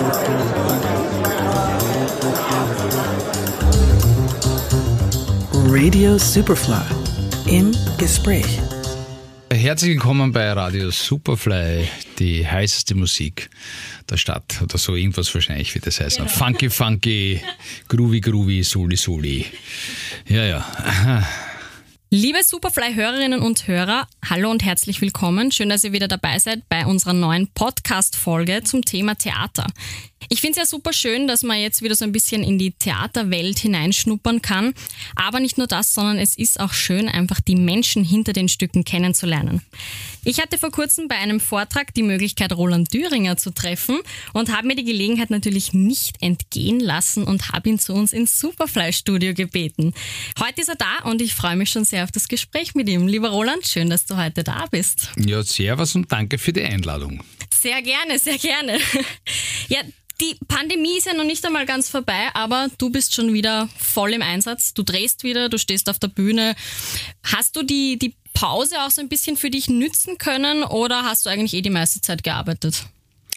Radio Superfly im Gespräch. Herzlich willkommen bei Radio Superfly, die heißeste Musik der Stadt. Oder so irgendwas wahrscheinlich wird das heißen. Genau. Funky, funky, groovy, groovy, soli, soli. Ja. Liebe Superfly-Hörerinnen und Hörer, hallo und herzlich willkommen. Schön, dass ihr wieder dabei seid bei unserer neuen Podcast-Folge zum Thema Theater. Ich finde es ja super schön, dass man jetzt wieder so ein bisschen in die Theaterwelt hineinschnuppern kann. Aber nicht nur das, sondern es ist auch schön, einfach die Menschen hinter den Stücken kennenzulernen. Ich hatte vor kurzem bei einem Vortrag die Möglichkeit, Roland Düringer zu treffen und habe mir die Gelegenheit natürlich nicht entgehen lassen und habe ihn zu uns ins Superfly-Studio gebeten. Heute ist er da und ich freue mich schon sehr auf das Gespräch mit ihm. Lieber Roland, schön, dass du heute da bist. Ja, servus und danke für die Einladung. Sehr gerne, sehr gerne. Ja, die Pandemie ist ja noch nicht einmal ganz vorbei, aber du bist schon wieder voll im Einsatz. Du drehst wieder, du stehst auf der Bühne. Hast du die Pause auch so ein bisschen für dich nützen können oder hast du eigentlich die meiste Zeit gearbeitet?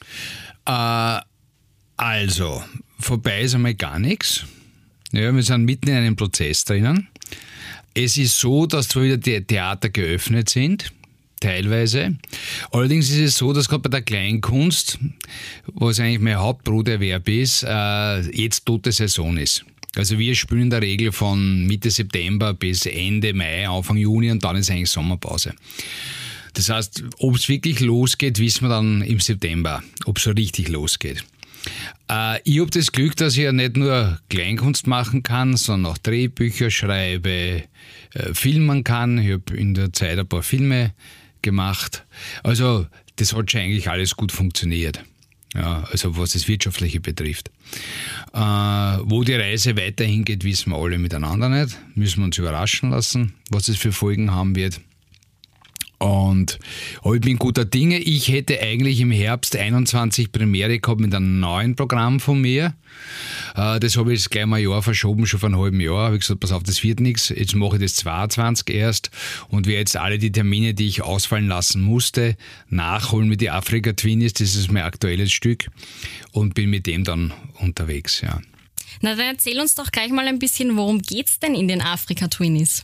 Also, vorbei ist einmal gar nichts. Ja, wir sind mitten in einem Prozess drinnen. Es ist so, dass zwar wieder die Theater geöffnet sind, teilweise. Allerdings ist es so, dass gerade bei der Kleinkunst, was eigentlich mein Hauptbroterwerb ist, jetzt tote Saison ist. Also wir spielen in der Regel von Mitte September bis Ende Mai, Anfang Juni und dann ist eigentlich Sommerpause. Das heißt, ob es wirklich losgeht, wissen wir dann im September, ob es so richtig losgeht. Ich habe das Glück, dass ich ja nicht nur Kleinkunst machen kann, sondern auch Drehbücher schreibe, filmen kann. Ich habe in der Zeit ein paar Filme gemacht. Also das hat schon eigentlich alles gut funktioniert. Ja, also was das Wirtschaftliche betrifft. Wo die Reise weiterhin geht, wissen wir alle miteinander nicht. Müssen wir uns überraschen lassen, was es für Folgen haben wird. Und ich bin guter Dinge. Ich hätte eigentlich im Herbst 21 Premiere gehabt mit einem neuen Programm von mir. Das habe ich jetzt gleich mal ein Jahr verschoben, schon vor einem halben Jahr. Habe ich gesagt, pass auf, das wird nichts. Jetzt mache ich das 22 erst und werde jetzt alle die Termine, die ich ausfallen lassen musste, nachholen mit die Afrika Twinies. Das ist mein aktuelles Stück und bin mit dem dann unterwegs. Ja. Na, dann erzähl uns doch gleich mal ein bisschen, worum geht's denn in den Afrika Twinies?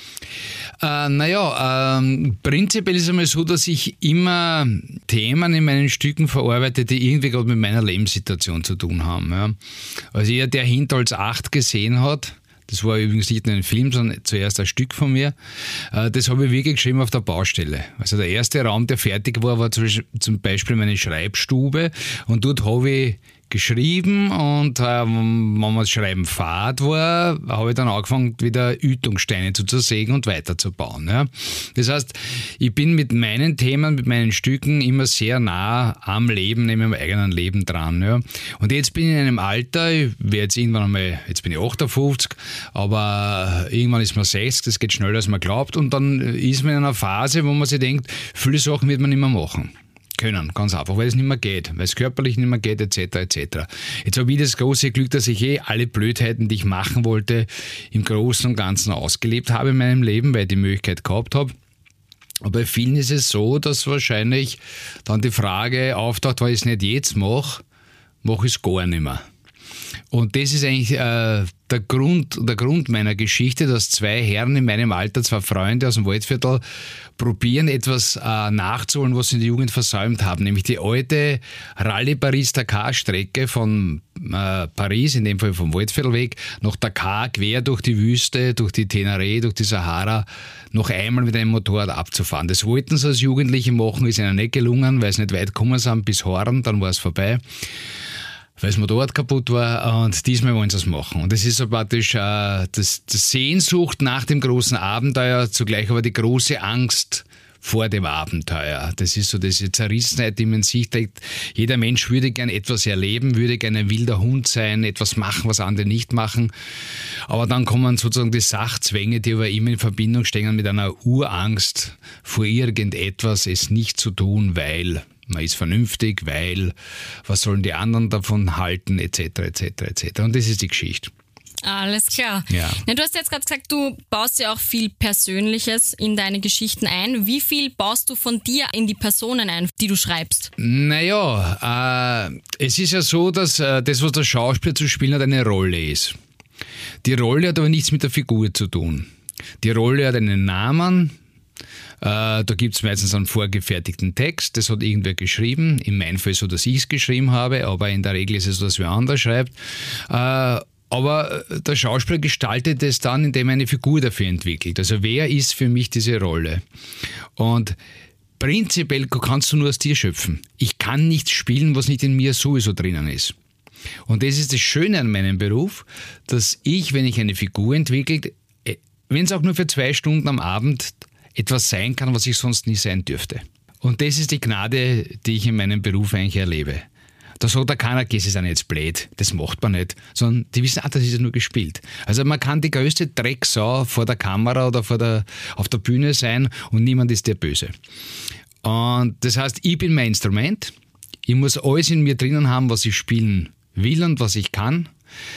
Prinzipiell ist es einmal so, dass ich immer Themen in meinen Stücken verarbeite, die irgendwie gerade mit meiner Lebenssituation zu tun haben. Ja. Also jeder, der Hinterholz 8 gesehen hat, das war übrigens nicht nur ein Film, sondern zuerst ein Stück von mir, das habe ich wirklich geschrieben auf der Baustelle. Also der erste Raum, der fertig war zum Beispiel meine Schreibstube und dort habe ich geschrieben und wenn man das Schreiben fad war, habe ich dann angefangen, wieder Ütungssteine zu zersägen und weiterzubauen. Ja. Das heißt, ich bin mit meinen Themen, mit meinen Stücken immer sehr nah am Leben, neben meinem eigenen Leben dran. Ja. Und jetzt bin ich in einem Alter, ich werde jetzt irgendwann einmal, jetzt bin ich 58, aber irgendwann ist man 60, das geht schneller als man glaubt und dann ist man in einer Phase, wo man sich denkt, viele Sachen wird man nicht mehr machen können, ganz einfach, weil es nicht mehr geht, weil es körperlich nicht mehr geht, etc. etc. Jetzt habe ich das große Glück, dass ich alle Blödheiten, die ich machen wollte, im Großen und Ganzen ausgelebt habe in meinem Leben, weil ich die Möglichkeit gehabt habe. Aber bei vielen ist es so, dass wahrscheinlich dann die Frage auftaucht, weil ich es nicht jetzt mache ich es gar nicht mehr. Und das ist eigentlich der Grund meiner Geschichte, dass zwei Herren in meinem Alter, zwei Freunde aus dem Waldviertel, probieren, etwas nachzuholen, was sie in der Jugend versäumt haben. Nämlich die alte Rallye Paris-Dakar-Strecke von Paris, in dem Fall vom Waldviertelweg, nach Dakar, quer durch die Wüste, durch die Teneré, durch die Sahara, noch einmal mit einem Motorrad abzufahren. Das wollten sie als Jugendliche machen, ist ihnen nicht gelungen, weil sie nicht weit gekommen sind bis Horn, dann war es vorbei, weil das Motorrad kaputt war und diesmal wollen sie es machen. Und das ist so praktisch das Sehnsucht nach dem großen Abenteuer, zugleich aber die große Angst vor dem Abenteuer. Das ist so diese Zerrissenheit, die man in sich trägt. Jeder Mensch würde gern etwas erleben, würde gern ein wilder Hund sein, etwas machen, was andere nicht machen. Aber dann kommen sozusagen die Sachzwänge, die aber immer in Verbindung stehen mit einer Urangst vor irgendetwas, es nicht zu tun, weil man ist vernünftig, weil was sollen die anderen davon halten, etc., etc., etc. Und das ist die Geschichte. Alles klar. Ja. Du hast jetzt gerade gesagt, du baust ja auch viel Persönliches in deine Geschichten ein. Wie viel baust du von dir in die Personen ein, die du schreibst? Naja, es ist ja so, dass das, was der Schauspieler zu spielen hat, eine Rolle ist. Die Rolle hat aber nichts mit der Figur zu tun. Die Rolle hat einen Namen. Da gibt es meistens einen vorgefertigten Text, das hat irgendwer geschrieben. In meinem Fall so, dass ich es geschrieben habe, aber in der Regel ist es so, dass wer anders schreibt. Aber der Schauspieler gestaltet es dann, indem er eine Figur dafür entwickelt. Also wer ist für mich diese Rolle? Und prinzipiell kannst du nur aus dir schöpfen. Ich kann nichts spielen, was nicht in mir sowieso drinnen ist. Und das ist das Schöne an meinem Beruf, dass ich, wenn ich eine Figur entwickle, wenn es auch nur für 2 Stunden am Abend etwas sein kann, was ich sonst nie sein dürfte. Und das ist die Gnade, die ich in meinem Beruf eigentlich erlebe. Da sagt da keiner, das ist jetzt blöd, das macht man nicht, sondern die wissen, das ist ja nur gespielt. Also man kann die größte Drecksau vor der Kamera oder auf der Bühne sein und niemand ist der Böse. Und das heißt, ich bin mein Instrument, ich muss alles in mir drinnen haben, was ich spielen will und was ich kann.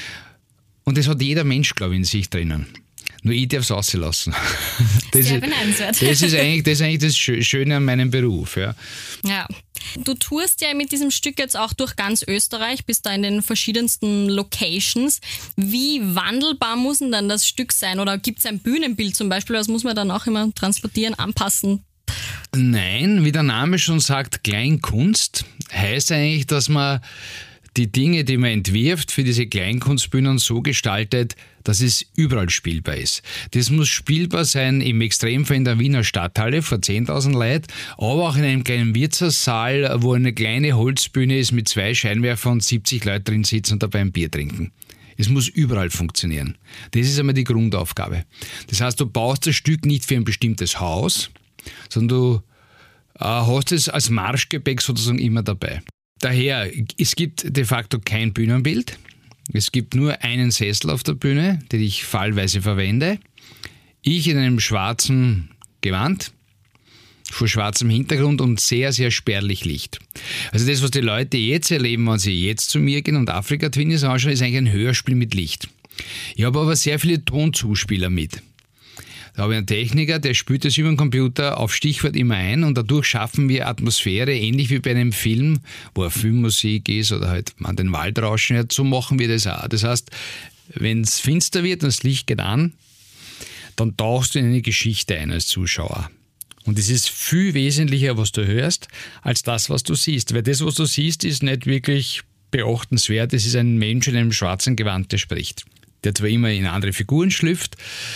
Und das hat jeder Mensch, glaube ich, in sich drinnen. Nur ich darf es rauslassen. Sehr beneidenswert. Das ist eigentlich das Schöne an meinem Beruf. Ja. Ja. Du tourst ja mit diesem Stück jetzt auch durch ganz Österreich, bist da in den verschiedensten Locations. Wie wandelbar muss denn dann das Stück sein? Oder gibt es ein Bühnenbild zum Beispiel? Das muss man dann auch immer transportieren, anpassen? Nein, wie der Name schon sagt, Kleinkunst heißt eigentlich, dass man die Dinge, die man entwirft für diese Kleinkunstbühnen so gestaltet, dass es überall spielbar ist. Das muss spielbar sein im Extremfall in der Wiener Stadthalle vor 10.000 Leuten, aber auch in einem kleinen Wirtshaussaal, wo eine kleine Holzbühne ist mit 2 Scheinwerfern und 70 Leute drin sitzen und dabei ein Bier trinken. Es muss überall funktionieren. Das ist einmal die Grundaufgabe. Das heißt, du baust das Stück nicht für ein bestimmtes Haus, sondern du hast es als Marschgepäck sozusagen immer dabei. Daher, es gibt de facto kein Bühnenbild. Es gibt nur einen Sessel auf der Bühne, den ich fallweise verwende. Ich in einem schwarzen Gewand, vor schwarzem Hintergrund und sehr, sehr spärlich Licht. Also das, was die Leute jetzt erleben, wenn sie jetzt zu mir gehen und Afrika Twins anschauen, ist eigentlich ein Hörspiel mit Licht. Ich habe aber sehr viele Tonzuspieler mit. Da habe ich einen Techniker, der spielt das über den Computer auf Stichwort immer ein und dadurch schaffen wir Atmosphäre, ähnlich wie bei einem Film, wo eine Filmmusik ist oder halt man den Wald rauschen hört, so machen wir das auch. Das heißt, wenn es finster wird und das Licht geht an, dann tauchst du in eine Geschichte ein als Zuschauer. Und es ist viel wesentlicher, was du hörst, als das, was du siehst. Weil das, was du siehst, ist nicht wirklich beachtenswert. Es ist ein Mensch in einem schwarzen Gewand, der spricht. Der zwar immer in andere Figuren schlüpft,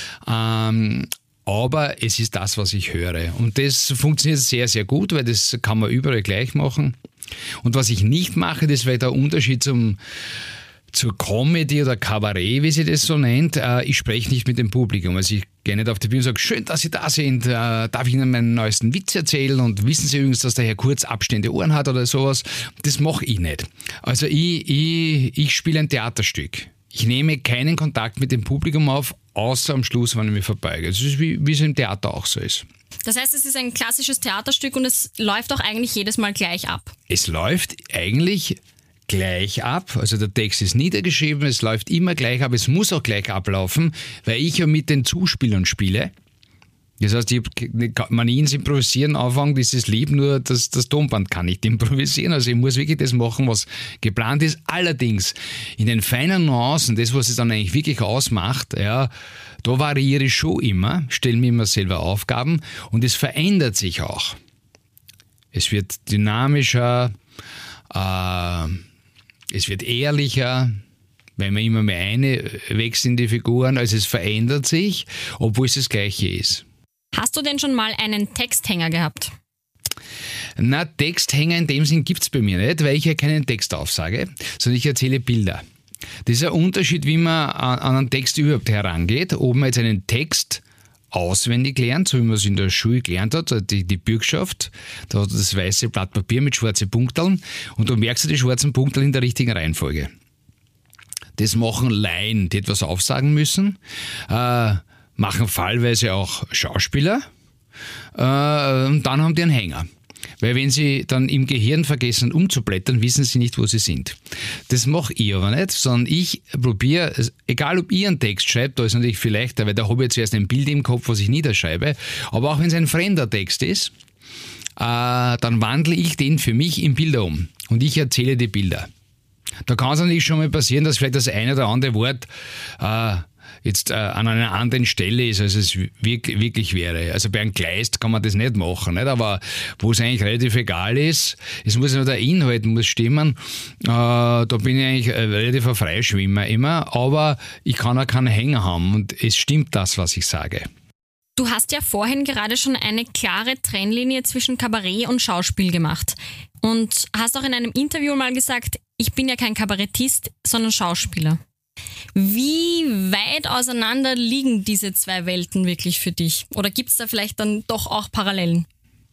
aber es ist das, was ich höre. Und das funktioniert sehr, sehr gut, weil das kann man überall gleich machen. Und was ich nicht mache, das wäre der Unterschied zur Comedy oder Kabarett, wie sie das so nennt. Ich spreche nicht mit dem Publikum. Also ich gehe nicht auf die Bühne und sage, schön, dass Sie da sind, darf ich Ihnen meinen neuesten Witz erzählen und wissen Sie übrigens, dass der Herr Kurz abstehende Ohren hat oder sowas. Das mache ich nicht. Also ich spiele ein Theaterstück. Ich nehme keinen Kontakt mit dem Publikum auf, außer am Schluss, wenn ich mich verbeige. Das ist wie es im Theater auch so ist. Das heißt, es ist ein klassisches Theaterstück und es läuft auch eigentlich jedes Mal gleich ab. Es läuft eigentlich gleich ab. Also der Text ist niedergeschrieben, es läuft immer gleich ab. Es muss auch gleich ablaufen, weil ich ja mit den Zuspielern spiele. Das heißt, ich habe Manien ins Improvisieren anfangen, dieses Lieb, nur das Tonband kann nicht improvisieren. Also ich muss wirklich das machen, was geplant ist. Allerdings in den feinen Nuancen, das, was es dann eigentlich wirklich ausmacht, ja, da variiere ich schon immer, stelle mir immer selber Aufgaben und es verändert sich auch. Es wird dynamischer, es wird ehrlicher, weil man immer mehr einwächst in die Figuren. Also es verändert sich, obwohl es das Gleiche ist. Hast du denn schon mal einen Texthänger gehabt? Na, Texthänger in dem Sinn gibt es bei mir nicht, weil ich ja keinen Text aufsage, sondern ich erzähle Bilder. Das ist ein Unterschied, wie man an einen Text überhaupt herangeht. Ob man jetzt einen Text auswendig lernt, so wie man es in der Schule gelernt hat, die Bürgschaft, da hat das weiße Blatt Papier mit schwarzen Punkteln und du merkst die schwarzen Punkteln in der richtigen Reihenfolge. Das machen Laien, die etwas aufsagen müssen, machen fallweise auch Schauspieler und dann haben die einen Hänger. Weil wenn Sie dann im Gehirn vergessen umzublättern, wissen Sie nicht, wo Sie sind. Das mache ich aber nicht, sondern ich probiere, egal ob ich einen Text schreibe, da ist natürlich viel leichter, weil da habe ich zuerst ein Bild im Kopf, was ich niederschreibe, aber auch wenn es ein fremder Text ist, dann wandle ich den für mich in Bilder um und ich erzähle die Bilder. Da kann es natürlich schon mal passieren, dass vielleicht das eine oder andere Wort jetzt an einer anderen Stelle ist, als es wirklich wäre. Also bei einem Kleist kann man das nicht machen, nicht? Aber wo es eigentlich relativ egal ist, es muss nur der Inhalt muss stimmen, da bin ich eigentlich relativ ein Freischwimmer immer, aber ich kann auch keinen Hänger haben und es stimmt das, was ich sage. Du hast ja vorhin gerade schon eine klare Trennlinie zwischen Kabarett und Schauspiel gemacht und hast auch in einem Interview mal gesagt, ich bin ja kein Kabarettist, sondern Schauspieler. Wie weit auseinander liegen diese zwei Welten wirklich für dich? Oder gibt es da vielleicht dann doch auch Parallelen?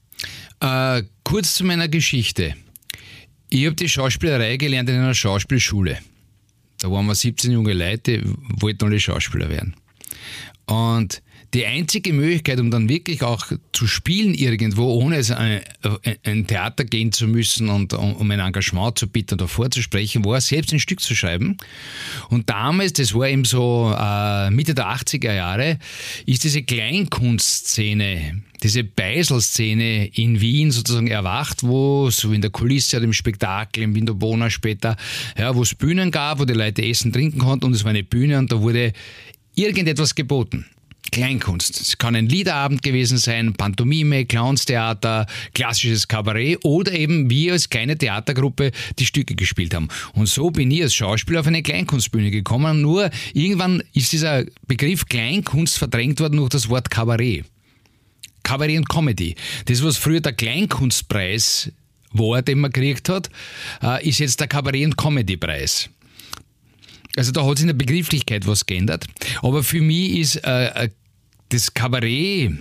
Kurz zu meiner Geschichte. Ich habe die Schauspielerei gelernt in einer Schauspielschule. Da waren wir 17 junge Leute, die wollten alle Schauspieler werden. Und die einzige Möglichkeit, um dann wirklich auch zu spielen irgendwo, ohne ein Theater gehen zu müssen und um ein Engagement zu bitten oder vorzusprechen, war selbst ein Stück zu schreiben. Und damals, das war eben so Mitte der 80er Jahre, ist diese Kleinkunstszene, diese Beisel-Szene in Wien sozusagen erwacht, wo so in der Kulisse, im Spektakel, im Windobona später, ja, wo es Bühnen gab, wo die Leute essen, trinken konnten und es war eine Bühne und da wurde irgendetwas geboten. Kleinkunst. Es kann ein Liederabend gewesen sein, Pantomime, Clownstheater, klassisches Kabarett oder eben wir als kleine Theatergruppe die Stücke gespielt haben. Und so bin ich als Schauspieler auf eine Kleinkunstbühne gekommen. Nur irgendwann ist dieser Begriff Kleinkunst verdrängt worden durch das Wort Kabarett. Kabarett und Comedy. Das, was früher der Kleinkunstpreis war, den man gekriegt hat, ist jetzt der Kabarett- und Comedypreis. Also da hat sich in der Begrifflichkeit was geändert. Aber für mich ist das Kabarett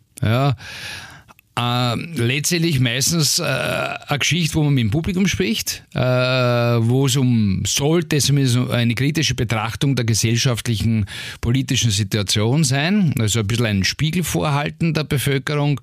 letztendlich meistens eine Geschichte, wo man mit dem Publikum spricht, wo es sollte eine kritische Betrachtung der gesellschaftlichen, politischen Situation sein, also ein bisschen ein Spiegel vorhalten der Bevölkerung,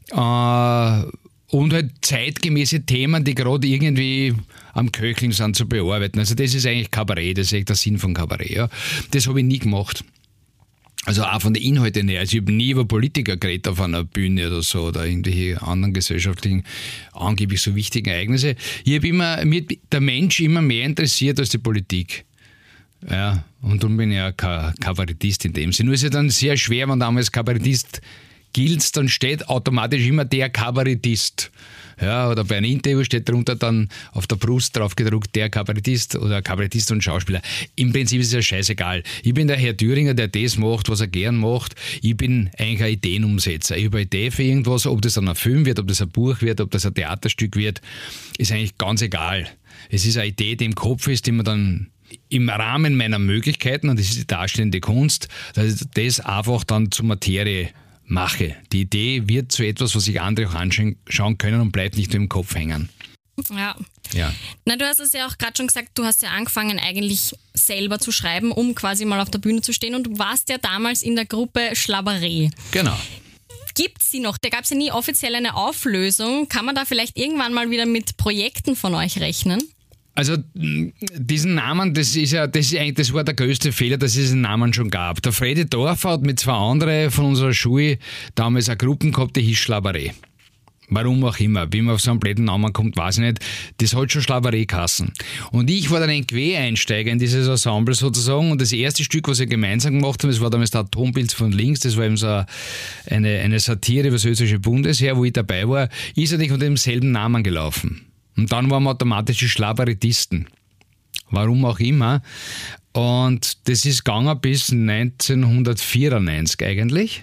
und halt zeitgemäße Themen, die gerade irgendwie am Köcheln sind, zu bearbeiten. Also das ist eigentlich Kabarett, das ist eigentlich der Sinn von Kabarett. Ja. Das habe ich nie gemacht. Also auch von den Inhalten her. Also ich habe nie über Politiker geredet auf einer Bühne oder so oder irgendwelche anderen gesellschaftlichen, angeblich so wichtigen Ereignisse. Mir der Mensch immer mehr interessiert als die Politik. Ja, und darum bin ich ja kein Kabarettist in dem Sinne. Nur ist ja dann sehr schwer, wenn du als Kabarettist gilt, dann steht automatisch immer der Kabarettist. Ja, oder bei einem Interview steht darunter dann auf der Brust drauf gedruckt, der Kabarettist oder Kabarettist und Schauspieler. Im Prinzip ist es ja scheißegal. Ich bin der Herr Thüringer, der das macht, was er gern macht. Ich bin eigentlich ein Ideenumsetzer. Ich habe eine Idee für irgendwas, ob das dann ein Film wird, ob das ein Buch wird, ob das ein Theaterstück wird, ist eigentlich ganz egal. Es ist eine Idee, die im Kopf ist, die man dann im Rahmen meiner Möglichkeiten, und das ist die darstellende Kunst, dass ich das einfach dann zur Materie mache. Die Idee wird zu etwas, was sich andere auch anschauen können und bleibt nicht nur im Kopf hängen. Ja. Na, du hast es ja auch gerade schon gesagt, du hast ja angefangen eigentlich selber zu schreiben, um quasi mal auf der Bühne zu stehen und du warst ja damals in der Gruppe Schlabarett. Genau. Gibt's sie noch? Da gab es ja nie offiziell eine Auflösung. Kann man da vielleicht irgendwann mal wieder mit Projekten von euch rechnen? Also diesen Namen, das war der größte Fehler, dass es diesen Namen schon gab. Der Fredi Dorfer hat mit zwei anderen von unserer Schule damals eine Gruppe gehabt, die hieß Schlabarett. Warum auch immer. Wie man auf so einen blöden Namen kommt, weiß ich nicht. Das hat schon Schlabarett geheißen. Und ich war dann ein Quereinsteiger in dieses Ensemble sozusagen. Und das erste Stück, was wir gemeinsam gemacht haben, das war damals der Atombild von links. Das war eben so eine Satire über das österreichische Bundesheer, wo ich dabei war, ist natürlich unter demselben Namen gelaufen. Und dann waren wir automatisch die Schlabarettisten. Warum auch immer. Und das ist gegangen bis 1994 eigentlich.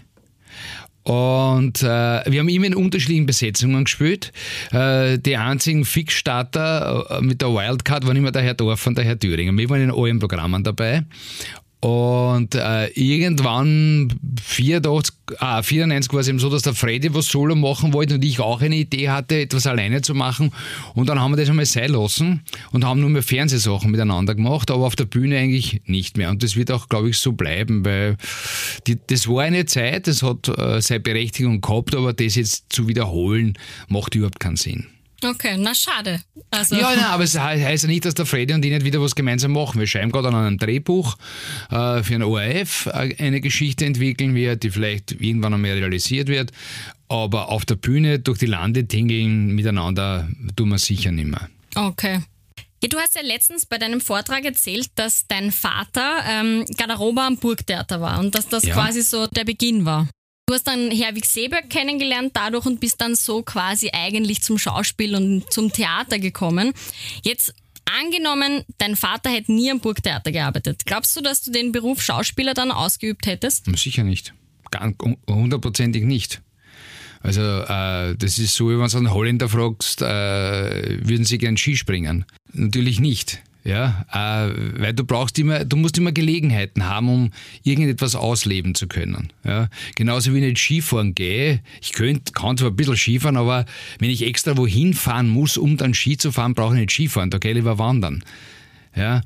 Und wir haben immer in unterschiedlichen Besetzungen gespielt. Die einzigen Fixstarter mit der Wildcard waren immer der Herr Dorf und der Herr Thüringer. Wir waren in allen Programmen dabei. Und irgendwann 94 war es eben so, dass der Freddy was Solo machen wollte und ich auch eine Idee hatte, etwas alleine zu machen. Und dann haben wir das einmal sein lassen und haben nur mehr Fernsehsachen miteinander gemacht, aber auf der Bühne eigentlich nicht mehr. Und das wird auch, glaube ich, so bleiben, weil das war eine Zeit, das hat seine Berechtigung gehabt, aber das jetzt zu wiederholen, macht überhaupt keinen Sinn. Okay, na schade. Also. Ja, nein, aber es heißt ja nicht, dass der Freddy und ich nicht wieder was gemeinsam machen. Wir schreiben gerade an einem Drehbuch für ein ORF eine Geschichte entwickeln wir, die vielleicht irgendwann einmal realisiert wird. Aber auf der Bühne durch die Lande tingeln miteinander tun wir sicher nicht mehr. Okay. Ja, du hast ja letztens bei deinem Vortrag erzählt, dass dein Vater Garderobe am Burgtheater war und dass das quasi so der Beginn war. Du hast dann Herwig Seeberg kennengelernt dadurch und bist dann so quasi eigentlich zum Schauspiel und zum Theater gekommen. Jetzt angenommen, dein Vater hätte nie am Burgtheater gearbeitet. Glaubst du, dass du den Beruf Schauspieler dann ausgeübt hättest? Sicher nicht. 100%ig nicht. Also das ist so, wie wenn du einen Holländer fragst, würden sie gern Ski springen? Natürlich nicht. Ja, weil du musst immer Gelegenheiten haben, um irgendetwas ausleben zu können. Ja, genauso wie ich nicht Skifahren gehe. Ich kann zwar ein bisschen Skifahren, aber wenn ich extra wohin fahren muss, um dann Ski zu fahren, brauche ich nicht Skifahren, da gehe ich lieber wandern. Ja,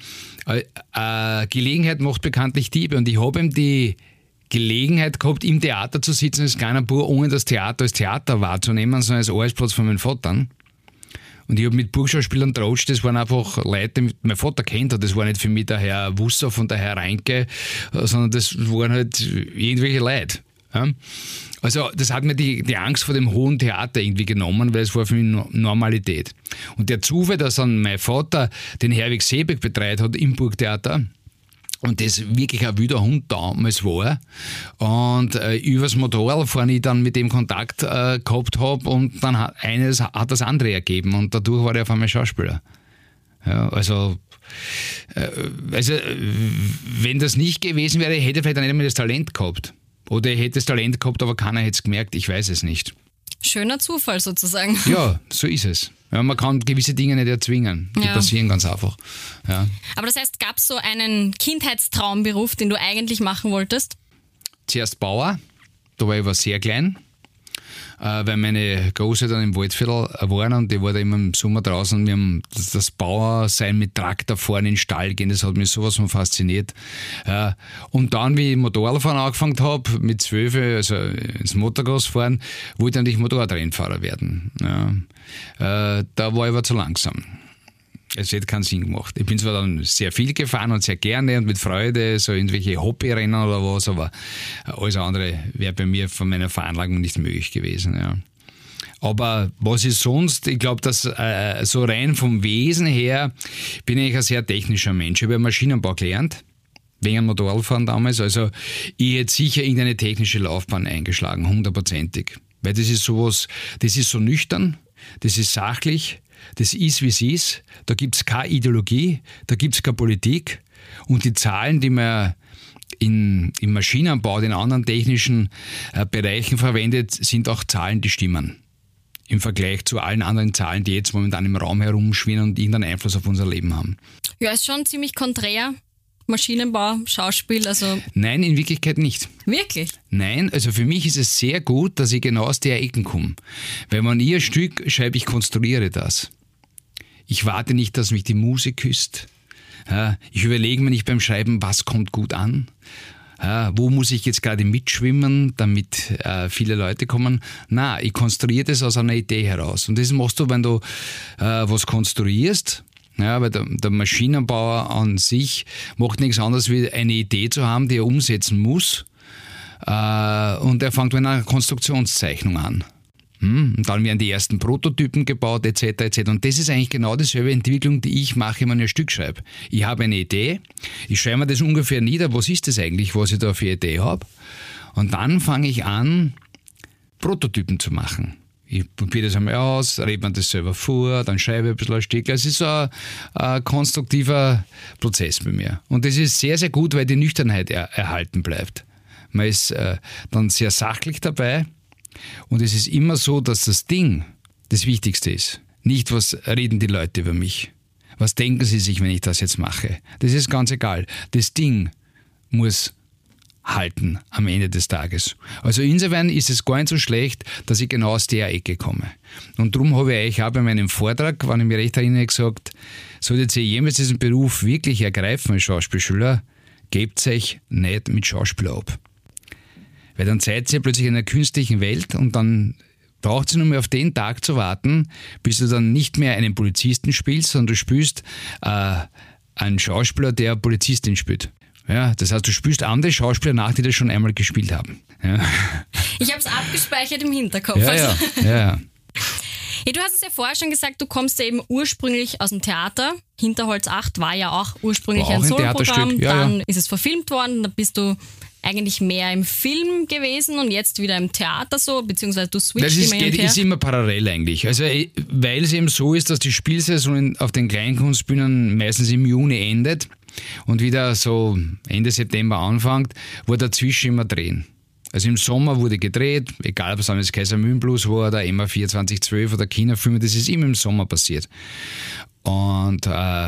Gelegenheit macht bekanntlich Diebe und ich habe eben die Gelegenheit gehabt, im Theater zu sitzen als kleiner Bub, ohne das Theater als Theater wahrzunehmen, sondern als Arbeitsplatz von meinen Vatern. Und ich habe mit Burgschauspielern tratscht, das waren einfach Leute, die mein Vater kennt hat. Das war nicht für mich der Herr Wussow und der Herr Reinke, sondern das waren halt irgendwelche Leute. Ja? Also das hat mir die Angst vor dem hohen Theater irgendwie genommen, weil es war für mich Normalität. Und der Zufall, dass dann mein Vater den Herwig Seeberg betreut hat im Burgtheater, und das wirklich ein wilder Hund damals war. Und übers Motorradfahren ich dann mit dem Kontakt gehabt habe und dann hat das andere ergeben und dadurch war er auf einmal Schauspieler. Ja, also wenn das nicht gewesen wäre, hätte er vielleicht nicht mehr das Talent gehabt. Oder er hätte das Talent gehabt, aber keiner hätte es gemerkt, ich weiß es nicht. Schöner Zufall sozusagen. Ja, so ist es. Ja, man kann gewisse Dinge nicht erzwingen. Die passieren ganz einfach. Ja. Aber das heißt, gab es so einen Kindheitstraumberuf, den du eigentlich machen wolltest? Zuerst Bauer. Da war ich sehr klein. Weil meine Großeltern im Waldviertel waren und ich war da immer im Sommer draußen und wir haben das Bauersein mit Traktor vorne in den Stall gehen, das hat mich sowas von fasziniert. Und dann, wie ich Motorradfahren angefangen habe, mit 12, also ins Motocross fahren, wollte ich natürlich Motorradrennfahrer werden. Ja. Da war ich aber zu langsam. Es hätte keinen Sinn gemacht. Ich bin zwar dann sehr viel gefahren und sehr gerne und mit Freude, so irgendwelche Hobbyrennen oder was, aber alles andere wäre bei mir von meiner Veranlagung nicht möglich gewesen. Ja. Aber was ist sonst? Ich glaube, dass so rein vom Wesen her bin ich ein sehr technischer Mensch. Ich habe ja Maschinenbau gelernt, wegen Motorradfahren damals. Also ich hätte sicher irgendeine technische Laufbahn eingeschlagen, 100%ig. Weil das ist sowas, das ist so nüchtern, das ist sachlich, das ist, wie es ist. Da gibt es keine Ideologie, da gibt es keine Politik. Und die Zahlen, die man im Maschinenbau, in anderen technischen Bereichen verwendet, sind auch Zahlen, die stimmen. Im Vergleich zu allen anderen Zahlen, die jetzt momentan im Raum herumschwirren und irgendeinen Einfluss auf unser Leben haben. Ja, ist schon ziemlich konträr. Maschinenbau, Schauspiel, also... Nein, in Wirklichkeit nicht. Wirklich? Nein, also für mich ist es sehr gut, dass ich genau aus der Ecken komme. Weil wenn ich ein Stück schreibe, ich konstruiere das. Ich warte nicht, dass mich die Muse küsst. Ich überlege mir nicht beim Schreiben, was kommt gut an. Wo muss ich jetzt gerade mitschwimmen, damit viele Leute kommen? Nein, ich konstruiere das aus einer Idee heraus. Und das machst du, wenn du was konstruierst. Ja, weil der Maschinenbauer an sich macht nichts anderes, wie eine Idee zu haben, die er umsetzen muss. Und er fängt mit einer Konstruktionszeichnung an. Und dann werden die ersten Prototypen gebaut, etc., etc. Und das ist eigentlich genau dieselbe Entwicklung, die ich mache, wenn ich ein Stück schreibe. Ich habe eine Idee, ich schreibe mir das ungefähr nieder, was ist das eigentlich, was ich da für eine Idee habe. Und dann fange ich an, Prototypen zu machen. Ich probiere das einmal aus, rede mir das selber vor, dann schreibe ich ein bisschen ein Stück. Es ist so ein konstruktiver Prozess bei mir. Und das ist sehr, sehr gut, weil die Nüchternheit erhalten bleibt. Man ist dann sehr sachlich dabei und es ist immer so, dass das Ding das Wichtigste ist. Nicht, was reden die Leute über mich. Was denken sie sich, wenn ich das jetzt mache? Das ist ganz egal. Das Ding muss halten am Ende des Tages. Also insofern ist es gar nicht so schlecht, dass ich genau aus der Ecke komme. Und darum habe ich euch auch bei meinem Vortrag, wenn ich mich recht erinnere, gesagt, solltet ihr jemals diesen Beruf wirklich ergreifen als Schauspielschüler, gebt euch nicht mit Schauspieler ab. Weil dann seid ihr plötzlich in einer künstlichen Welt und dann braucht es nur mehr auf den Tag zu warten, bis du dann nicht mehr einen Polizisten spielst, sondern du spielst einen Schauspieler, der Polizistin spielt. Ja, das heißt, du spielst andere Schauspieler nach, die das schon einmal gespielt haben. Ja. Ich habe es abgespeichert im Hinterkopf. Ja. Ja, du hast es ja vorher schon gesagt, du kommst ja eben ursprünglich aus dem Theater. Hinterholz 8 war ja auch ursprünglich ein Soloprogramm. Dann ist es verfilmt worden, dann bist du eigentlich mehr im Film gewesen und jetzt wieder im Theater so, beziehungsweise du switchst immer hin und her. Das ist immer parallel eigentlich. Also, weil es eben so ist, dass die Spielsaison auf den Kleinkunstbühnen meistens im Juni endet und wieder so Ende September anfängt, wo dazwischen immer drehen. Also im Sommer wurde gedreht, egal ob es das Kaisermühlenblues war oder MA 2412 oder Kinofilme, das ist immer im Sommer passiert. Und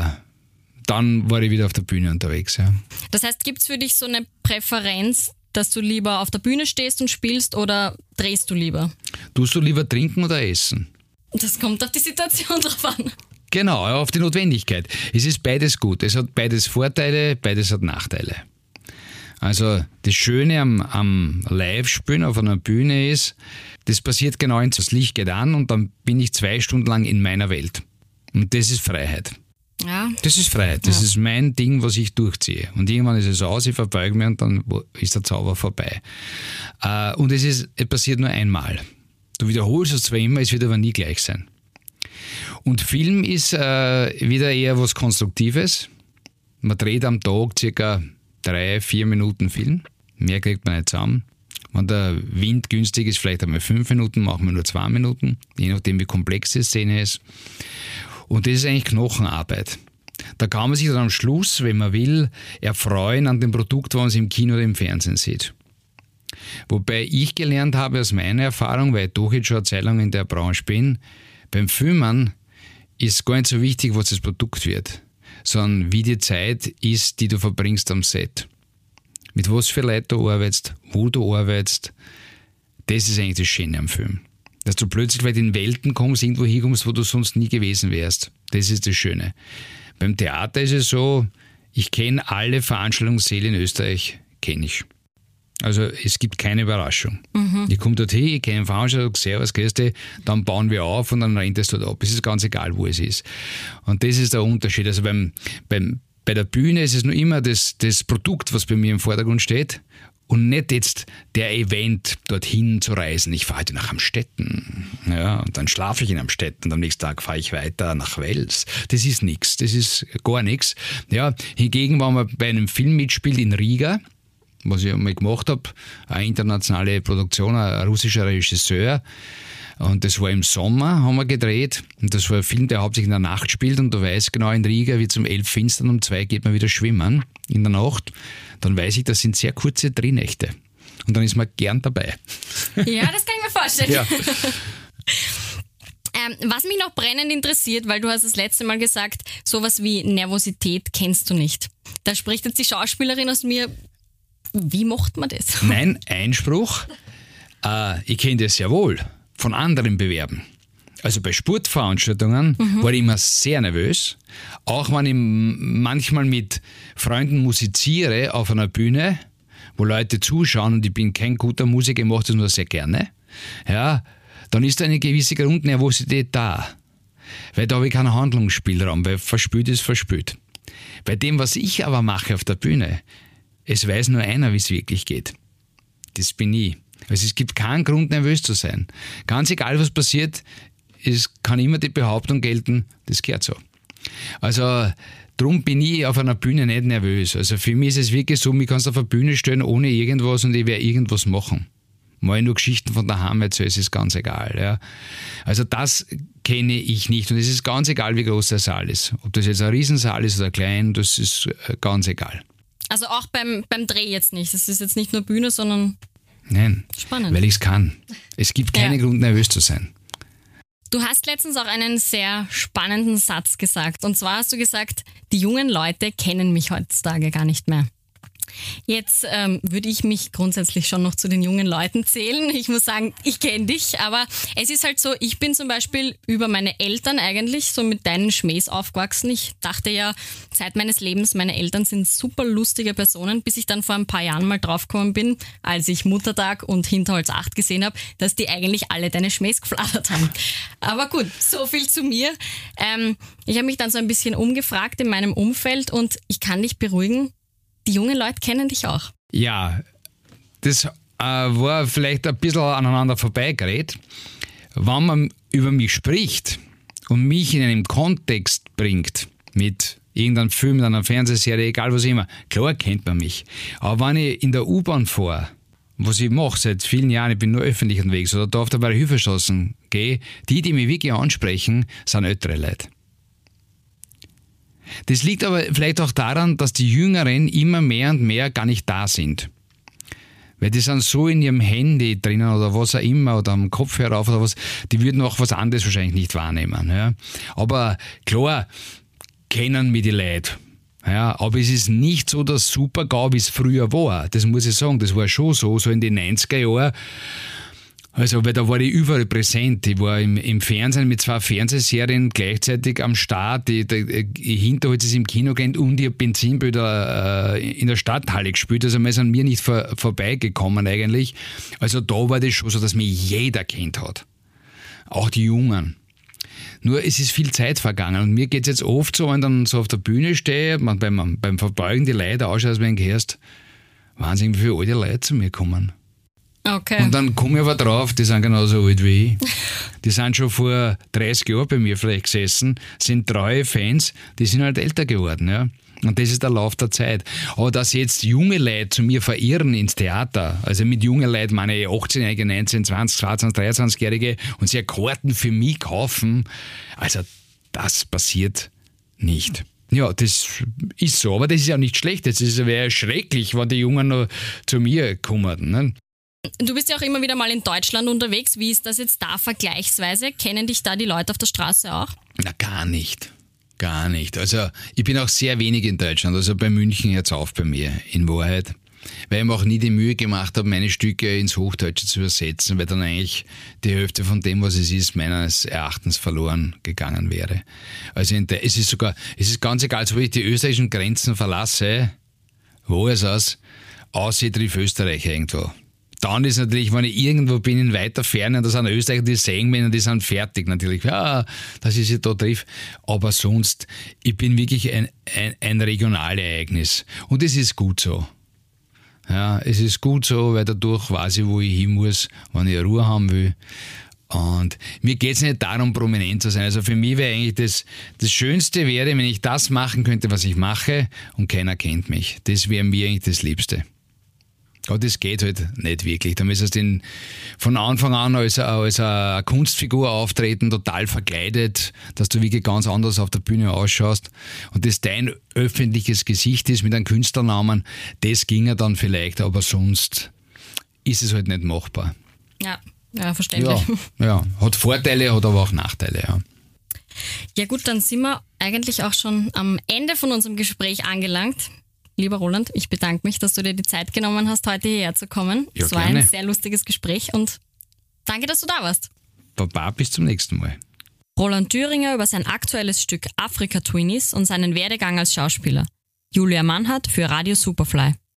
dann war ich wieder auf der Bühne unterwegs. Ja. Das heißt, gibt es für dich so eine Präferenz, dass du lieber auf der Bühne stehst und spielst oder drehst du lieber? Tust du lieber trinken oder essen? Das kommt auf die Situation drauf an. Genau, auf die Notwendigkeit. Es ist beides gut. Es hat beides Vorteile, beides hat Nachteile. Also das Schöne am Live-Spielen auf einer Bühne ist, das passiert genau, das Licht geht an und dann bin ich 2 Stunden lang in meiner Welt. Und das ist Freiheit. Ja. Das ist Freiheit. Das ist mein Ding, was ich durchziehe. Und irgendwann ist es aus, ich verbeuge mich und dann ist der Zauber vorbei. Und es passiert nur einmal. Du wiederholst es zwar immer, es wird aber nie gleich sein. Und Film ist wieder eher was Konstruktives. Man dreht am Tag ca. 3-4 Minuten Film. Mehr kriegt man nicht zusammen. Wenn der Wind günstig ist, vielleicht einmal 5 Minuten, machen wir nur 2 Minuten, je nachdem wie komplex die Szene ist. Und das ist eigentlich Knochenarbeit. Da kann man sich dann am Schluss, wenn man will, erfreuen an dem Produkt, was man im Kino oder im Fernsehen sieht. Wobei ich gelernt habe aus meiner Erfahrung, weil ich doch jetzt schon eine Zeit lang in der Branche bin, beim Filmen ist gar nicht so wichtig, was das Produkt wird, sondern wie die Zeit ist, die du verbringst am Set. Mit was für Leuten du arbeitest, wo du arbeitest, das ist eigentlich das Schöne am Film. Dass du plötzlich weit in Welten kommst, irgendwo hinkommst, wo du sonst nie gewesen wärst. Das ist das Schöne. Beim Theater ist es so, ich kenne alle Veranstaltungssäle in Österreich, kenne ich. Also es gibt keine Überraschung. Ich komme dorthin, ich kenne einen Veranstalter, servus, grüß dich, dann bauen wir auf und dann rennt es dort ab. Es ist ganz egal, wo es ist. Und das ist der Unterschied. Also bei der Bühne ist es nur immer das Produkt, was bei mir im Vordergrund steht und nicht jetzt der Event, dorthin zu reisen. Ich fahre heute nach Amstetten, ja, und dann schlafe ich in Amstetten und am nächsten Tag fahre ich weiter nach Wels. Das ist nichts, das ist gar nichts. Ja, hingegen, wenn man bei einem Film mitspielt in Riga, was ich einmal gemacht habe, eine internationale Produktion, ein russischer Regisseur, und das war im Sommer, haben wir gedreht, und das war ein Film, der hauptsächlich in der Nacht spielt, und du weißt genau, in Riga wird es um 11 finstern, um 2 geht man wieder schwimmen in der Nacht, dann weiß ich, das sind sehr kurze Drehnächte. Und dann ist man gern dabei. Ja, das kann ich mir vorstellen. Ja. Was mich noch brennend interessiert, weil du hast das letzte Mal gesagt, sowas wie Nervosität kennst du nicht. Da spricht jetzt die Schauspielerin aus mir. Wie macht man das? Nein, Einspruch. Ich kenne das sehr wohl von anderen Bewerben. Also bei Sportveranstaltungen war ich immer sehr nervös. Auch wenn ich manchmal mit Freunden musiziere auf einer Bühne, wo Leute zuschauen und ich bin kein guter Musiker, ich mache das nur sehr gerne. Ja, dann ist eine gewisse Grundnervosität da. Weil da habe ich keinen Handlungsspielraum, weil verspült ist verspült. Bei dem, was ich aber mache auf der Bühne, es weiß nur einer, wie es wirklich geht. Das bin ich. Also es gibt keinen Grund, nervös zu sein. Ganz egal, was passiert, es kann immer die Behauptung gelten, das gehört so. Also darum bin ich auf einer Bühne nicht nervös. Also für mich ist es wirklich so, mich kannst du auf eine Bühne stellen ohne irgendwas und ich werde irgendwas machen. Mal nur Geschichten von daheim erzählen, es ist ganz egal. Ja. Also das kenne ich nicht und es ist ganz egal, wie groß der Saal ist. Ob das jetzt ein Riesensaal ist oder klein, das ist ganz egal. Also auch beim Dreh jetzt nicht. Das ist jetzt nicht nur Bühne, sondern nein, spannend. Weil ich es kann. Es gibt keinen Grund, nervös zu sein. Du hast letztens auch einen sehr spannenden Satz gesagt. Und zwar hast du gesagt, die jungen Leute kennen mich heutzutage gar nicht mehr. Jetzt würde ich mich grundsätzlich schon noch zu den jungen Leuten zählen. Ich muss sagen, ich kenne dich, aber es ist halt so, ich bin zum Beispiel über meine Eltern eigentlich so mit deinen Schmähs aufgewachsen. Ich dachte ja Zeit meines Lebens, meine Eltern sind super lustige Personen, bis ich dann vor ein paar Jahren mal draufgekommen bin, als ich Muttertag und Hinterholz 8 gesehen habe, dass die eigentlich alle deine Schmähs geflattert haben. Aber gut, so viel zu mir. Ich habe mich dann so ein bisschen umgefragt in meinem Umfeld und ich kann dich beruhigen, die jungen Leute kennen dich auch. Ja, das war vielleicht ein bisschen aneinander vorbeigeredet. Wenn man über mich spricht und mich in einem Kontext bringt, mit irgendeinem Film, mit einer Fernsehserie, egal was immer, klar kennt man mich. Aber wenn ich in der U-Bahn fahre, was ich mache seit vielen Jahren, ich bin nur öffentlich unterwegs, oder da auf der Hilfestraßen gehe, die mich wirklich ansprechen, sind ältere Leute. Das liegt aber vielleicht auch daran, dass die Jüngeren immer mehr und mehr gar nicht da sind. Weil die sind so in ihrem Handy drinnen oder was auch immer oder am Kopfhörer auf oder was, die würden auch was anderes wahrscheinlich nicht wahrnehmen. Ja. Aber klar, kennen mich die Leute. Ja, aber es ist nicht so das Super-GAU, wie es früher war. Das muss ich sagen, das war schon so in den 90er Jahren. Also, weil da war ich überall präsent. Ich war im Fernsehen mit 2 Fernsehserien gleichzeitig am Start. Hinterholz ist im Kino gegangen und ich habe Benzinbilder in der Stadthalle gespielt. Also, wir sind mir nicht vorbeigekommen eigentlich. Also, da war das schon so, dass mich jeder kennt hat. Auch die Jungen. Nur, es ist viel Zeit vergangen. Und mir geht es jetzt oft so, wenn ich dann so auf der Bühne stehe, beim Verbeugen die Leute ausschaut, als wenn du hörst, wahnsinnig viele alte Leute zu mir kommen. Okay. Und dann komme ich aber drauf, die sind genauso alt wie ich. Die sind schon vor 30 Jahren bei mir vielleicht gesessen, sind treue Fans, die sind halt älter geworden. Ja. Und das ist der Lauf der Zeit. Aber dass jetzt junge Leute zu mir verirren ins Theater, also mit jungen Leuten meine ich 18-Jährige, 19, 20, 22, 23-Jährige und sie Karten für mich kaufen, also das passiert nicht. Ja, das ist so, aber das ist ja nicht schlecht. Das wäre schrecklich, wenn die Jungen noch zu mir kommen. Ne? Du bist ja auch immer wieder mal in Deutschland unterwegs. Wie ist das jetzt da vergleichsweise? Kennen dich da die Leute auf der Straße auch? Na, gar nicht. Gar nicht. Also ich bin auch sehr wenig in Deutschland. Also bei München hört es auf bei mir, in Wahrheit. Weil ich mir auch nie die Mühe gemacht habe, meine Stücke ins Hochdeutsche zu übersetzen, weil dann eigentlich die Hälfte von dem, was es ist, meines Erachtens verloren gegangen wäre. Also es ist ganz egal, so wie ich die österreichischen Grenzen verlasse, wo es außer ich triff Österreich irgendwo. Dann ist natürlich, wenn ich irgendwo bin in weiter Ferne und da sind Österreicher, die sehen mich und die sind fertig natürlich. Ja, dass ich sie da triff. Aber sonst, ich bin wirklich ein Regionalereignis. Und es ist gut so. Ja, es ist gut so, weil dadurch weiß ich, wo ich hin muss, wenn ich Ruhe haben will. Und mir geht es nicht darum, prominent zu sein. Also für mich wäre eigentlich das Schönste wäre, wenn ich das machen könnte, was ich mache und keiner kennt mich. Das wäre mir eigentlich das Liebste. Aber das geht halt nicht wirklich. Da müsstest du von Anfang an als eine Kunstfigur auftreten, total verkleidet, dass du wirklich ganz anders auf der Bühne ausschaust. Und das dein öffentliches Gesicht ist mit einem Künstlernamen, das ginge dann vielleicht, aber sonst ist es halt nicht machbar. Ja, verständlich. Ja, hat Vorteile, hat aber auch Nachteile, ja. Ja gut, dann sind wir eigentlich auch schon am Ende von unserem Gespräch angelangt. Lieber Roland, ich bedanke mich, dass du dir die Zeit genommen hast, heute hierher zu kommen. Ja, es war gerne. ein sehr lustiges Gespräch und danke, dass du da warst. Baba, bis zum nächsten Mal. Roland Thüringer über sein aktuelles Stück Afrika Twinnies und seinen Werdegang als Schauspieler. Julia Mannhardt für Radio Superfly.